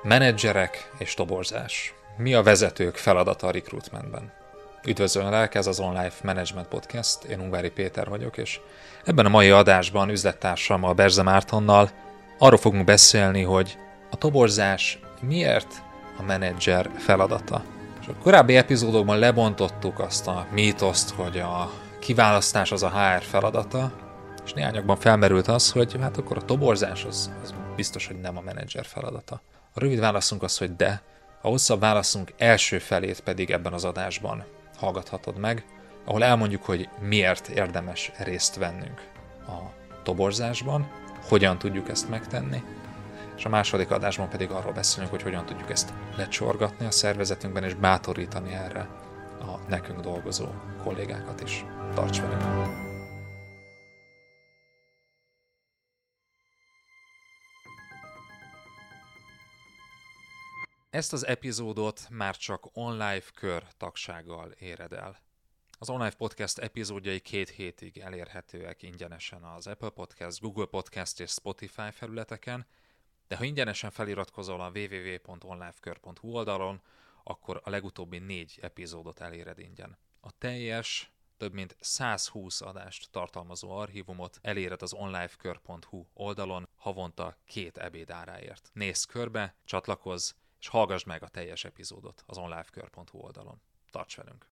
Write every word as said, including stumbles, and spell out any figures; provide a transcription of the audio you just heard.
Menedzserek és toborzás. Mi a vezetők feladata a recruitmentben? Üdvözöllek, ez az OnLife Management Podcast, én Ungvári Péter vagyok, és ebben a mai adásban üzlettársammal, Berze Mártonnal arról fogunk beszélni, hogy a toborzás miért a menedzser feladata. És a korábbi epizódokban lebontottuk azt a mítoszt, hogy a kiválasztás az a há er feladata, és néhányakban felmerült az, hogy hát akkor a toborzás az, az biztos, hogy nem a menedzser feladata. A rövid válaszunk az, hogy de, a hosszabb válaszunk első felét pedig ebben az adásban hallgathatod meg, ahol elmondjuk, hogy miért érdemes részt vennünk a toborzásban, hogyan tudjuk ezt megtenni, és a második adásban pedig arról beszélünk, hogy hogyan tudjuk ezt lecsorgatni a szervezetünkben, és bátorítani erre a nekünk dolgozó kollégákat is. Tarts velünk! Ezt az epizódot már csak OnLife kör tagsággal éred el. Az OnLife Podcast epizódjai két hétig elérhetőek ingyenesen az Apple Podcast, Google Podcast és Spotify felületeken, de ha ingyenesen feliratkozol a double-u double-u double-u pont onlifekör pont hu oldalon, akkor a legutóbbi négy epizódot eléred ingyen. A teljes, több mint százhúsz adást tartalmazó archívumot eléred az onlifekör pont hu oldalon havonta két ebéd áráért. Nézz körbe, csatlakozz, és hallgassd meg a teljes epizódot az onlifekör pont hu oldalon. Tarts velünk!